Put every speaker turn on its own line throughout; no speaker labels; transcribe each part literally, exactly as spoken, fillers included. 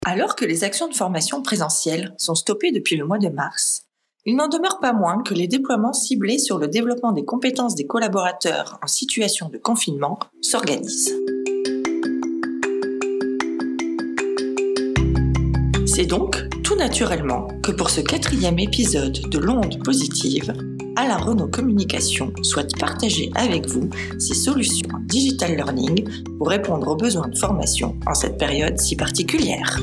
Alors que les actions de formation présentielles sont stoppées depuis le mois de mars, il n'en demeure pas moins que les déploiements ciblés sur le développement des compétences des collaborateurs en situation de confinement s'organisent. C'est donc tout naturellement que pour ce quatrième épisode de l'Onde Positive, Alain Renaud Communication souhaite partager avec vous ses solutions en digital learning pour répondre aux besoins de formation en cette période si particulière.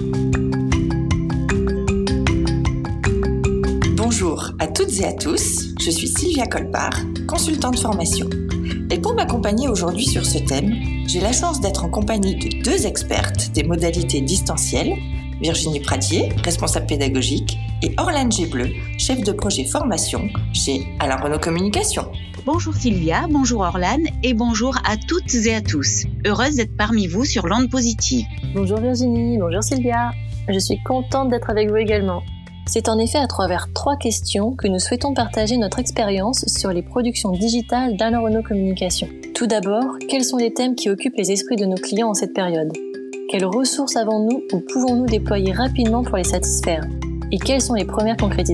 Bonjour à toutes et à tous, je suis Sylvia Colpart, consultante formation. Et pour m'accompagner aujourd'hui sur ce thème, j'ai la chance d'être en compagnie de deux expertes des modalités distancielles, Virginie Pradier, responsable pédagogique, et Orlane Gébleu, chef de projet formation chez Alain Renaud Communication.
Bonjour Sylvia, bonjour Orlane et bonjour à toutes et à tous. Heureuse d'être parmi vous sur l'Onde Positive.
Bonjour Virginie, bonjour Sylvia. Je suis contente d'être avec vous également. C'est en effet à travers trois questions que nous souhaitons partager notre expérience sur les productions digitales d'Alain Renaud Communication. Tout d'abord, quels sont les thèmes qui occupent les esprits de nos clients en cette période ? Quelles ressources avons-nous ou pouvons-nous déployer rapidement pour les satisfaire ? Et quelles sont les premières concrétisations ?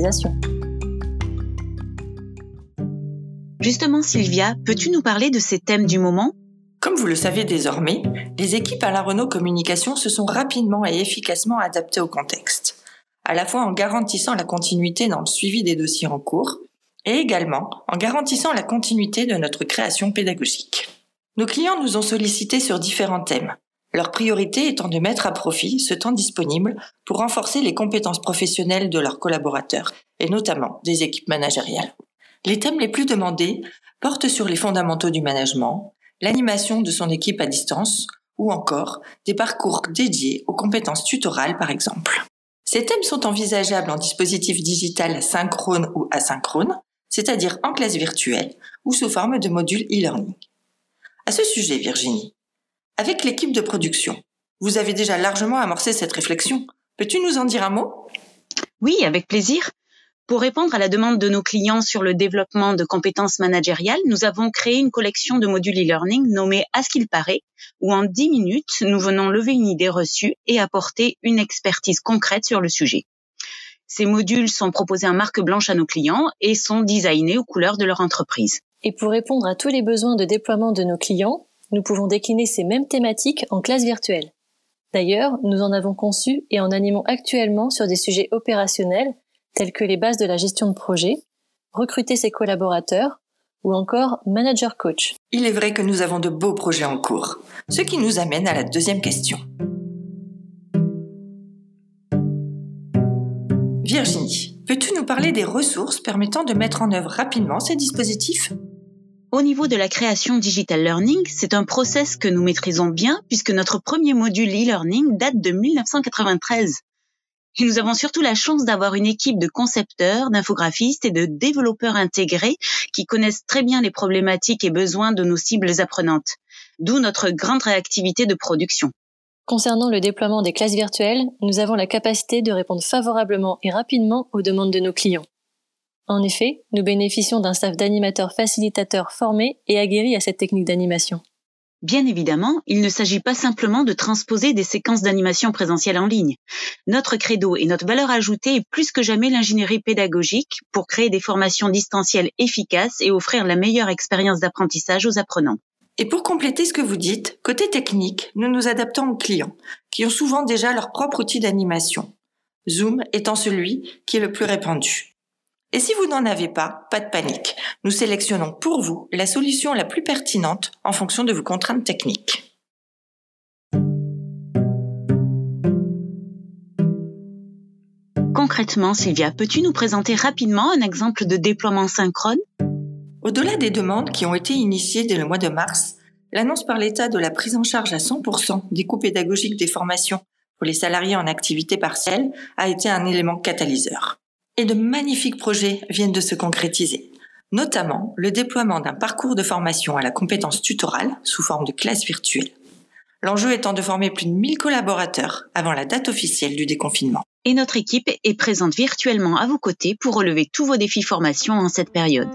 Justement Sylvia, peux-tu nous parler de ces thèmes du moment ?
Comme vous le savez désormais, les équipes Alain Renaud Communication se sont rapidement et efficacement adaptées au contexte, à la fois en garantissant la continuité dans le suivi des dossiers en cours et également en garantissant la continuité de notre création pédagogique. Nos clients nous ont sollicités sur différents thèmes, leur priorité étant de mettre à profit ce temps disponible pour renforcer les compétences professionnelles de leurs collaborateurs et notamment des équipes managériales. Les thèmes les plus demandés portent sur les fondamentaux du management, l'animation de son équipe à distance ou encore des parcours dédiés aux compétences tutorales par exemple. Ces thèmes sont envisageables en dispositif digital synchrone ou asynchrone, c'est-à-dire en classe virtuelle ou sous forme de modules e-learning. À ce sujet, Virginie, avec l'équipe de production, vous avez déjà largement amorcé cette réflexion. Peux-tu nous en dire un mot ?
Oui, avec plaisir. Pour répondre à la demande de nos clients sur le développement de compétences managériales, nous avons créé une collection de modules e-learning nommée À ce qu'il paraît, où en dix minutes, nous venons lever une idée reçue et apporter une expertise concrète sur le sujet. Ces modules sont proposés en marque blanche à nos clients et sont designés aux couleurs de leur entreprise.
Et pour répondre à tous les besoins de déploiement de nos clients, nous pouvons décliner ces mêmes thématiques en classe virtuelle. D'ailleurs, nous en avons conçu et en animons actuellement sur des sujets opérationnels tels que les bases de la gestion de projet, recruter ses collaborateurs ou encore manager coach.
Il est vrai que nous avons de beaux projets en cours, ce qui nous amène à la deuxième question. Virginie, peux-tu nous parler des ressources permettant de mettre en œuvre rapidement ces dispositifs ?
Au niveau de la création digital learning, c'est un process que nous maîtrisons bien puisque notre premier module e-learning date de dix-neuf cent quatre-vingt-treize. Et nous avons surtout la chance d'avoir une équipe de concepteurs, d'infographistes et de développeurs intégrés qui connaissent très bien les problématiques et besoins de nos cibles apprenantes, d'où notre grande réactivité de production.
Concernant le déploiement des classes virtuelles, nous avons la capacité de répondre favorablement et rapidement aux demandes de nos clients. En effet, nous bénéficions d'un staff d'animateurs facilitateurs formés et aguerris à cette technique d'animation.
Bien évidemment, il ne s'agit pas simplement de transposer des séquences d'animation présentielle en ligne. Notre credo et notre valeur ajoutée est plus que jamais l'ingénierie pédagogique pour créer des formations distancielles efficaces et offrir la meilleure expérience d'apprentissage aux apprenants.
Et pour compléter ce que vous dites, côté technique, nous nous adaptons aux clients, qui ont souvent déjà leur propre outil d'animation, Zoom étant celui qui est le plus répandu. Et si vous n'en avez pas, pas de panique. Nous sélectionnons pour vous la solution la plus pertinente en fonction de vos contraintes techniques.
Concrètement, Sylvia, peux-tu nous présenter rapidement un exemple de déploiement synchrone ?
Au-delà des demandes qui ont été initiées dès le mois de mars, l'annonce par l'État de la prise en charge à cent pour cent des coûts pédagogiques des formations pour les salariés en activité partielle a été un élément catalyseur. Et de magnifiques projets viennent de se concrétiser, notamment le déploiement d'un parcours de formation à la compétence tutorale sous forme de classe virtuelle. L'enjeu étant de former plus de mille collaborateurs avant la date officielle du déconfinement.
Et notre équipe est présente virtuellement à vos côtés pour relever tous vos défis formation en cette période.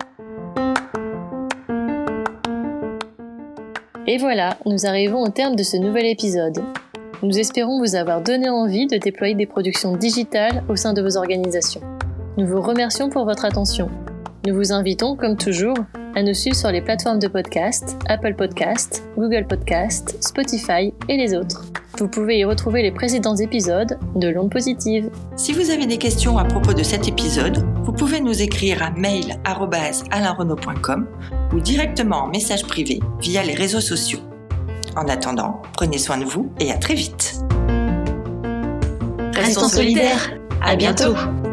Et voilà, nous arrivons au terme de ce nouvel épisode. Nous espérons vous avoir donné envie de déployer des productions digitales au sein de vos organisations. Nous vous remercions pour votre attention. Nous vous invitons, comme toujours, à nous suivre sur les plateformes de podcast, Apple Podcast, Google Podcast, Spotify et les autres. Vous pouvez y retrouver les précédents épisodes de l'Onde Positive.
Si vous avez des questions à propos de cet épisode, vous pouvez nous écrire à mail arobase alain renaud point com ou directement en message privé via les réseaux sociaux. En attendant, prenez soin de vous et à très vite.
Restons solidaires. À bientôt.